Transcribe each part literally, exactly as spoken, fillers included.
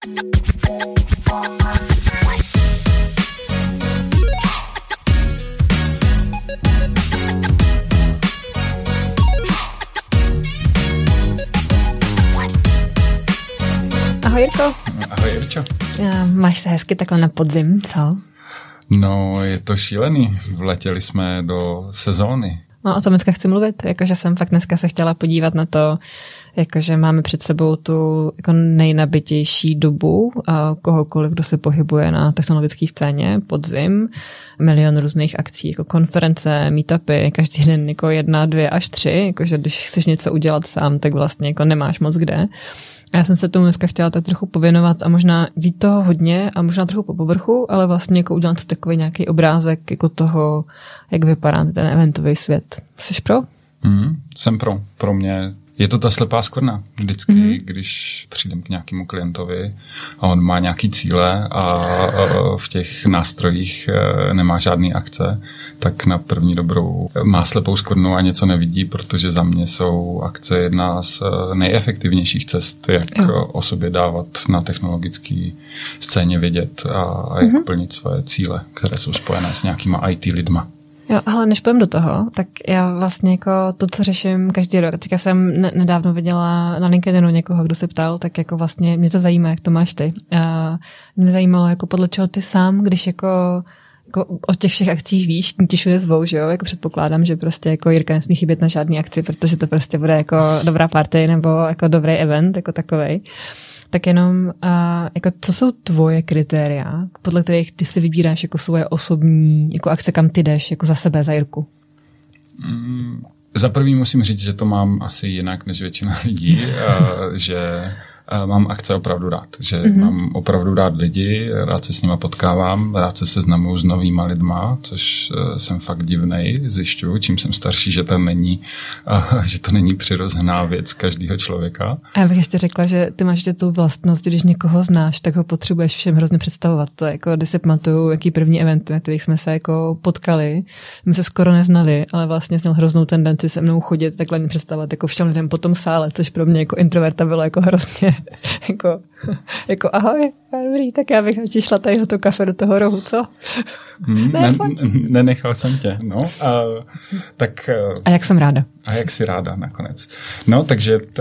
Ahoj Jirko. Ahoj Jirčo. Máš se hezky takhle na podzim, co? No, je to šílený. Vletěli jsme do sezóny. No, o tom dneska chci mluvit, jakože jsem fakt dneska se chtěla podívat na to, jakože máme před sebou tu jako nejnabitější dobu a kohokoliv, kdo se pohybuje na technologické scéně, podzim, milion různých akcí, jako konference, meetupy, každý den jako jedna, dvě až tři, jakože když chceš něco udělat sám, tak vlastně jako nemáš moc kde. A já jsem se tomu dneska chtěla tak trochu pověnovat a možná jít toho hodně a možná trochu po povrchu, ale vlastně jako udělat si takový nějaký obrázek jako toho, jak vypadá ten eventový svět. Jsi pro? Mm, jsem pro. Pro mě je to ta slepá skvrna. Vždycky, mm. když přijdem k nějakému klientovi a on má nějaký cíle a v těch nástrojích nemá žádný akce, tak na první dobrou má slepou skvrnu a něco nevidí, protože za mě jsou akce jedna z nejefektivnějších cest, jak jo. o sobě dávat na technologické scéně vědět a jak mm. plnit své cíle, které jsou spojené s nějakýma í té lidma. Jo, ale než půjdem do toho, tak já vlastně jako to, co řeším každý rok, teďka jsem ne- nedávno viděla na LinkedInu někoho, kdo se ptal, tak jako vlastně mě to zajímá, jak to máš ty. A mě zajímalo, jako podle čeho ty sám, když jako, jako o těch všech akcích víš, ti všude zvou, že jo, jako předpokládám, že prostě jako Jirka nesmí chybět na žádný akci, protože to prostě bude jako dobrá party nebo jako dobrý event, jako takovej. Tak jenom, a, jako, co jsou tvoje kritéria, podle kterých ty si vybíráš jako svoje osobní jako akce, kam ty jdeš, jako za sebe, za Jirku? Mm, za prvý musím říct, že to mám asi jinak než většina lidí, a, že a mám akce opravdu rád, že mm-hmm. mám opravdu rád lidi, rád se s nima potkávám, rád se seznamuju s novýma lidma, což uh, jsem fakt divnej, zjišťuju, čím jsem starší, že to není, uh, že to není přirozená věc každého člověka. A já bych ještě řekla, že ty máš ještě tu vlastnost, když někoho znáš, tak ho potřebuješ všem hrozně představovat. To je jako, když si pamatuju, jaký první eventy, na kterých jsme se jako potkali, my se skoro neznali, ale vlastně měl hroznou tendenci se mnou chodit, takhle mě představovat jako všem lidem po tom sále, což pro mě jako introverta bylo jako hrozně jako, jako ahoj, dobrý, tak já bych radši šla tady do toho kafe, do toho rohu, co? Hmm, ne, nenechal jsem tě, no. A, tak, a jak jsem ráda. A jak jsi ráda nakonec. No, takže t,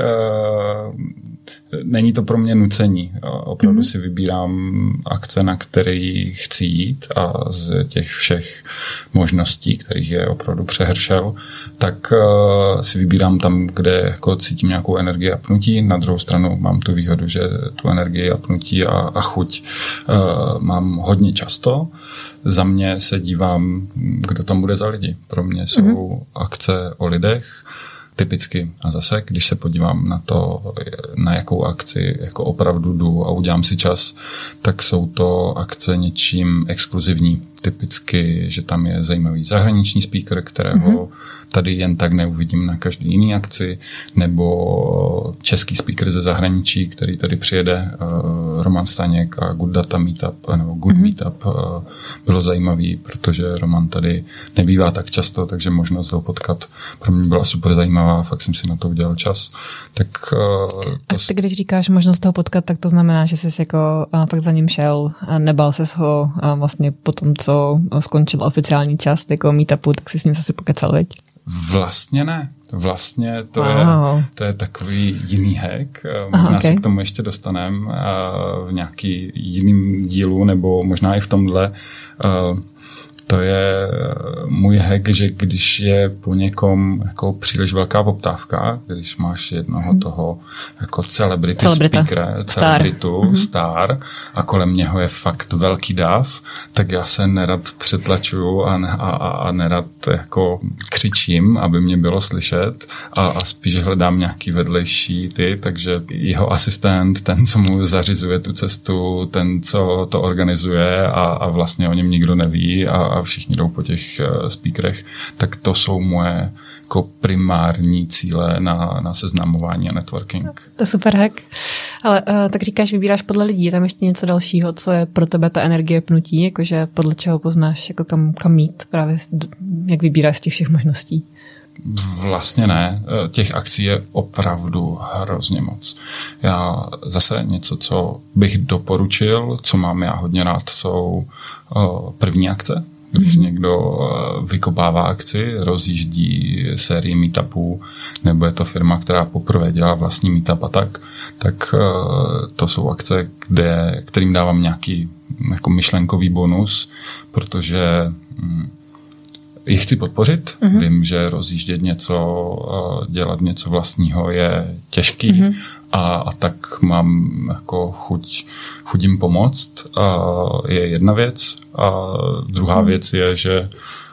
není to pro mě nucení. Opravdu mm-hmm. si vybírám akce, na které chci jít a z těch všech možností, kterých je opravdu přehršel, tak uh, si vybírám tam, kde jako cítím nějakou energii a pnutí. Na druhou stranu mám tu výhodu, že tu energii a pnutí a, a chuť uh, mám hodně často. Za mě se dívám, kdo tam bude za lidi. Pro mě jsou mm-hmm. akce o lidech, typicky. A zase, když se podívám na to, na jakou akci jako opravdu jdu a udělám si čas, tak jsou to akce něčím exkluzivní. Typicky, že tam je zajímavý zahraniční speaker, kterého mm-hmm. tady jen tak neuvidím na každý jiný akci, nebo český speaker ze zahraničí, který tady přijede, uh, Roman Staněk a Good Data Meetup, nebo Good mm-hmm. Meetup, uh, bylo zajímavý, protože Roman tady nebývá tak často, takže možnost ho potkat pro mě byla super zajímavá, fakt jsem si na to udělal čas. Tak, uh, to... A ty, když říkáš možnost toho potkat, tak to znamená, že jsi jako uh, fakt za ním šel a nebal ses ho uh, vlastně po tom, co skončil oficiální čas jako meetupu, tak si s ním zase pokecal, veď? Vlastně ne. Vlastně to, wow. je, to je takový jiný hack. Možná Aha, okay. se k tomu ještě dostaneme v nějaký jiným dílu, nebo možná i v tomhle. To je můj hack, že když je po někom jako příliš velká poptávka, když máš jednoho hmm. toho jako celebrity Celebrita. speakera, celebritu, star. star a kolem něho je fakt velký dáv, tak já se nerad přetlačuju a, a, a nerad jako křičím, aby mě bylo slyšet a, a spíš hledám nějaký vedlejší ty, takže jeho asistent, ten, co mu zařizuje tu cestu, ten, co to organizuje a, a vlastně o něm nikdo neví a a všichni jdou po těch uh, speakerech, tak to jsou moje jako primární cíle na, na seznamování a networking. To je super hack. Ale uh, tak říkáš, vybíráš podle lidí, je tam ještě něco dalšího, co je pro tebe ta energie pnutí, jakože podle čeho poznáš, jako kam, kam jít, právě jak vybíráš z těch všech možností? Vlastně ne. Těch akcí je opravdu hrozně moc. Já zase něco, co bych doporučil, co mám já hodně rád, jsou první akce. Když někdo vykopává akci, rozjíždí sérii meetupů, nebo je to firma, která poprvé dělá vlastní meetup a tak, tak to jsou akce, kde, kterým dávám nějaký jako myšlenkový bonus, protože je chci podpořit. Mm-hmm. Vím, že rozjíždět něco, dělat něco vlastního je těžký mm-hmm. a, a tak mám jako chuť, chuť jim pomoct. A je jedna věc. A druhá mm-hmm. věc je, že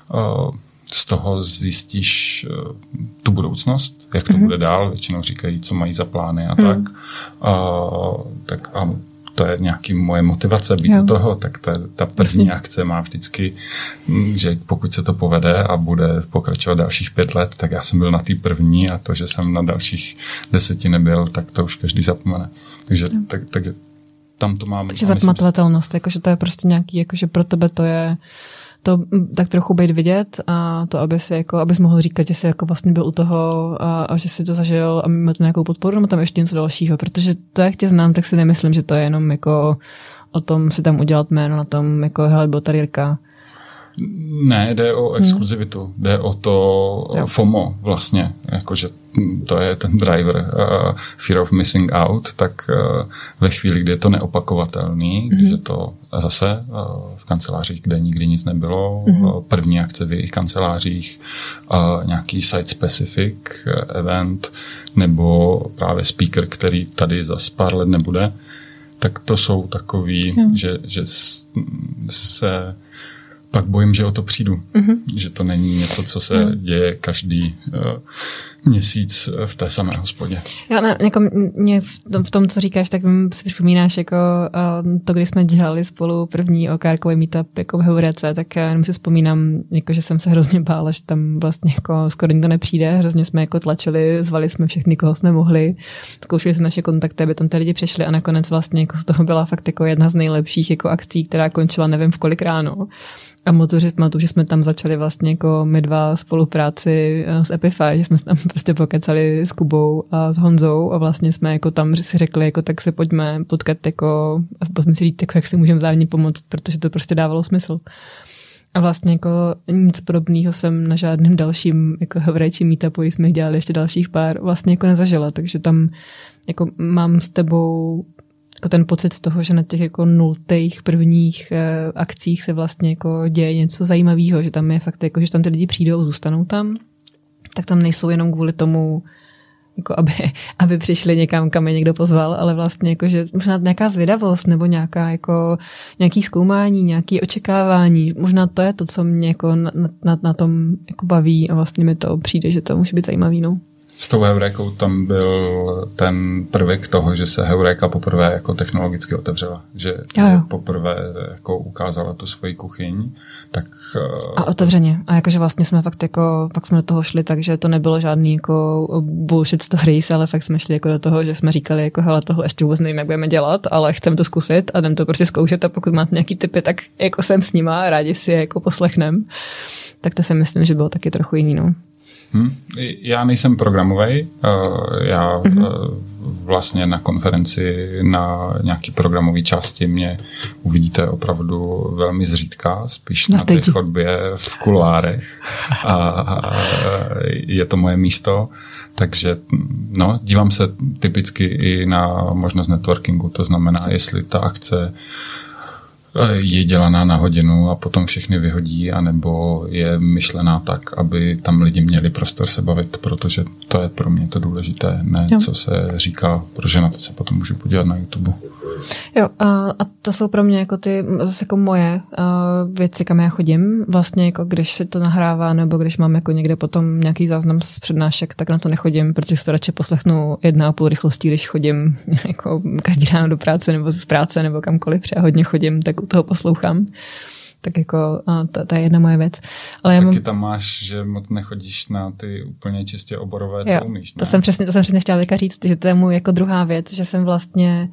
z toho zjistíš tu budoucnost, jak to mm-hmm. bude dál. Většinou říkají, co mají za plány a mm-hmm. tak. A, tak a to je nějaký moje motivace být jo. u toho, tak ta, ta první Jasně. akce má vždycky, že pokud se to povede a bude pokračovat dalších pět let, tak já jsem byl na té první a to, že jsem na dalších deseti nebyl, tak to už každý zapomene. Takže, tak, takže tam to mám. Takže zapamatovatelnost, jakože to je prostě nějaký, jakože pro tebe to je to tak trochu být vidět a to, aby si jako, abys mohl říkat, že jsi jako vlastně byl u toho a, a že si to zažil a mít to nějakou podporu, nebo tam ještě něco dalšího, protože to, jak tě znám, tak si nemyslím, že to je jenom jako o tom si tam udělat jméno na tom, jako hele, byl tady Jirka. Ne, jde o exkluzivitu, hmm. jde o to jo. FOMO vlastně, jakože to je ten driver uh, fear of missing out, tak uh, ve chvíli, kdy je to neopakovatelný, hmm. když je to zase uh, v kancelářích, kde nikdy nic nebylo, hmm. uh, první akce v jejich kancelářích, uh, nějaký site-specific uh, event, nebo právě speaker, který tady za pár let nebude, tak to jsou takový, hmm. že, že se pak bojím, že o to přijdu. Mm-hmm. Že to není něco, co se mm. děje každý uh, měsíc v té samé hospodě. Jo, ne, jako mě v tom, v tom, co říkáš, tak si připomínáš jako uh, to, když jsme dělali spolu první okárkový meetup jako v Heurece, tak já jenom si vzpomínám, jako, že jsem se hrozně bála, že tam vlastně jako skoro nikdo nepřijde. Hrozně jsme jako tlačili, zvali jsme všechny, koho jsme mohli. Zkoušeli jsme naše kontakty, aby tam ty lidi přišli a nakonec vlastně jako z toho byla fakt jako jedna z nejlepších jako akcí, která končila nevím v kolik ráno. A moc dobře pamatuju, že jsme tam začali vlastně jako my dva spolupráci s Epify, že jsme tam prostě pokecali s Kubou a s Honzou a vlastně jsme jako tam si řekli, jako tak se pojďme potkat jako a pojďme si říct, jako jak si můžeme vzájemně pomoct, protože to prostě dávalo smysl. A vlastně jako nic podobného jsem na žádném dalším jako heurečím meetupu, jsme dělali ještě dalších pár, vlastně jako nezažila, takže tam jako mám s tebou jako ten pocit z toho, že na těch jako nultých prvních eh, akcích se vlastně jako děje něco zajímavého, že tam je fakt jako, že tam ty lidi přijdou, zůstanou tam, tak tam nejsou jenom kvůli tomu, jako aby, aby přišli někam, kam je někdo pozval, ale vlastně jako, že možná nějaká zvědavost nebo nějaká jako, nějaký zkoumání, nějaké očekávání, možná to je to, co mě jako na, na, na tom jako baví a vlastně mi to přijde, že to může být zajímavý, no. S tou Heurékou tam byl ten prvek toho, že se Heuréka poprvé jako technologicky otevřela. Že, jo, jo. poprvé jako ukázala tu svoji kuchyň. Tak, a otevřeně. A jakože vlastně jsme fakt jako, fakt jsme do toho šli, takže to nebylo žádný jako bullshit stories, ale fakt jsme šli jako do toho, že jsme říkali jako hele, tohle ještě vůbec nevím, jak budeme dělat, ale chceme to zkusit a jdem to prostě zkoušet a pokud máte nějaký tipy, tak jako jsem s nima, rádi si je jako poslechnem. Tak to si myslím, že bylo taky trochu jiný, no. Hmm. Já nejsem programovej, já mm-hmm. vlastně na konferenci na nějaký programové části mě uvidíte opravdu velmi zřídka, spíš na, na té chodbě v kuloárech a je to moje místo, takže no, dívám se typicky i na možnost networkingu, to znamená, jestli ta akce je dělaná na hodinu a potom všechny vyhodí, anebo je myšlená tak, aby tam lidi měli prostor se bavit, protože to je pro mě to důležité, ne jo. co se říká, protože na to se potom můžu podívat na YouTube. Jo, a, a to jsou pro mě jako ty zase jako moje uh, věci, kam já chodím. Vlastně jako když se to nahrává, nebo když mám jako někde potom nějaký záznam z přednášek, tak na to nechodím, protože si to radši poslechnu jedna a půl rychlostí, když chodím jako každý ráno do práce nebo z práce nebo kamkoliv, protože já hodně chodím, tak u toho poslouchám. Tak jako to, to je jedna moje věc. Ale Taky já mám... tam máš, že moc nechodíš na ty úplně čistě oborové, jo, co umíš, ne? To jsem přesně, to jsem přesně chtěla teďka říct, že to je můj jako druhá věc, že jsem vlastně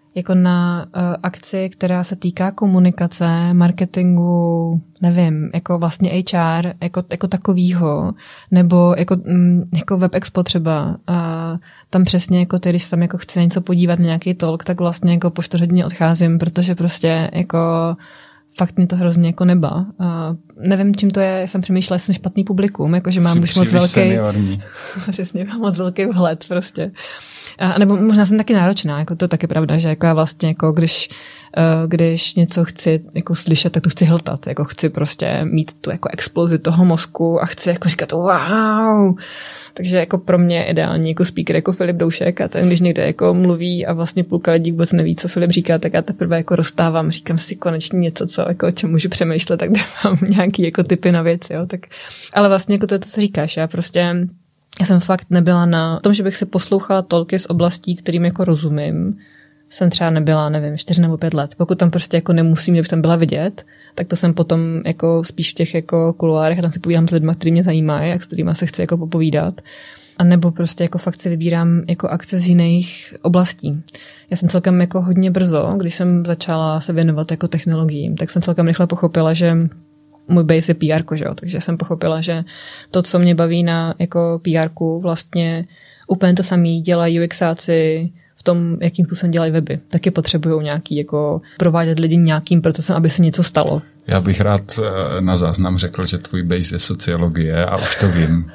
jako na uh, akci, která se týká komunikace, marketingu, nevím, jako vlastně H R, jako, jako takovýho, nebo jako, mm, jako Web Expo třeba. Uh, tam přesně, jako ty, když tam jako chci něco podívat na nějaký talk, tak vlastně jako po čtyři hodiny odcházím, protože prostě jako fakt mě to hrozně jako neba. Uh, nevím, čím to je, jsem přemýšlela, jsem špatný publikum, jakože mám už moc velký... Přesně, mám moc velký vhled prostě. A nebo možná jsem taky náročná, jako to je taky pravda, že jako já vlastně, jako když, uh, když něco chci jako slyšet, tak to chci hltat, jako chci prostě mít tu jako explozi toho mozku a chci jako říkat wow. Takže jako pro mě je ideální jako speaker jako Filip Doušek a ten, když někde jako mluví a vlastně půlka lidí vůbec neví, co Filip říká, tak já teprve jako rozstávám, říkám si konečně něco, co jako o čem můžu přemýšlet, tak mám nějaký jako typy na věci, jo, tak ale vlastně jako to je to, co říkáš, já prostě já jsem fakt nebyla na tom, že bych si poslouchala tolky z oblastí, kterým jako rozumím. Jsem třeba nebyla, nevím, čtyři nebo pět let. Pokud tam prostě jako nemusím, kdybych tam byla vidět, tak to jsem potom jako spíš v těch jako kuloárech a tam si povídám s lidmi, kteří mě zajímají a s kterými se chci jako popovídat. A nebo prostě jako fakt si vybírám jako akce z jiných oblastí. Já jsem celkem jako hodně brzo, když jsem začala se věnovat jako technologiím, tak jsem celkem rychle pochopila, že můj base je P R ko, že jo? Takže jsem pochopila, že to, co mě baví na jako P R ku, vlastně úplně to samý dělají U Xáci v tom, jakým způsobem dělají weby. Taky potřebují nějaký, jako provádět lidi nějakým procesem, aby se něco stalo. Já bych rád na záznam řekl, že tvůj base je sociologie a už to vím.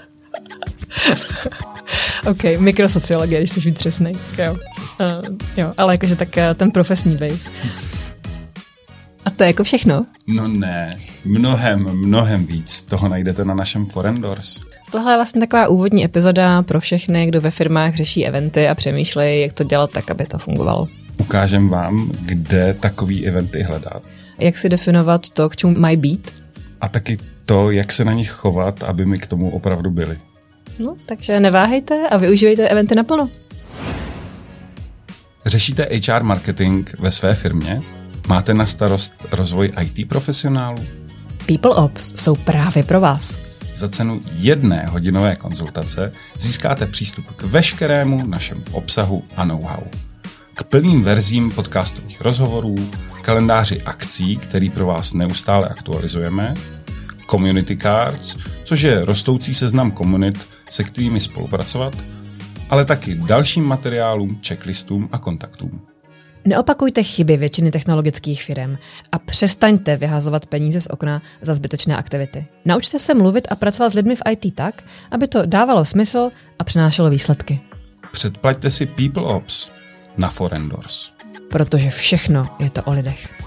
OK, mikrosociologie, když jsi být přesnej. Jo. Uh, jo, ale jakože tak uh, ten profesní base. A to je jako všechno? No ne, mnohem, mnohem víc. Toho najdete na našem Forendors. Tohle je vlastně taková úvodní epizoda pro všechny, kdo ve firmách řeší eventy a přemýšlejí, jak to dělat tak, aby to fungovalo. Ukážem vám, kde takový eventy hledat. Jak si definovat to, k čemu mají být. A taky to, jak se na nich chovat, aby my k tomu opravdu byli. No, takže neváhejte a využívejte eventy naplno. Řešíte H R marketing ve své firmě? Máte na starost rozvoj I T profesionálů? People Ops jsou právě pro vás. Za cenu jedné hodinové konzultace získáte přístup k veškerému našemu obsahu a know-how. K plným verzím podcastových rozhovorů, kalendáři akcí, který pro vás neustále aktualizujeme, community cards, což je rostoucí seznam komunit, se kterými spolupracovat, ale taky dalším materiálům, checklistům a kontaktům. Neopakujte chyby většiny technologických firm a přestaňte vyhazovat peníze z okna za zbytečné aktivity. Naučte se mluvit a pracovat s lidmi v I T tak, aby to dávalo smysl a přinášelo výsledky. Předplaťte si People Ops na Forendors. Protože všechno je to o lidech.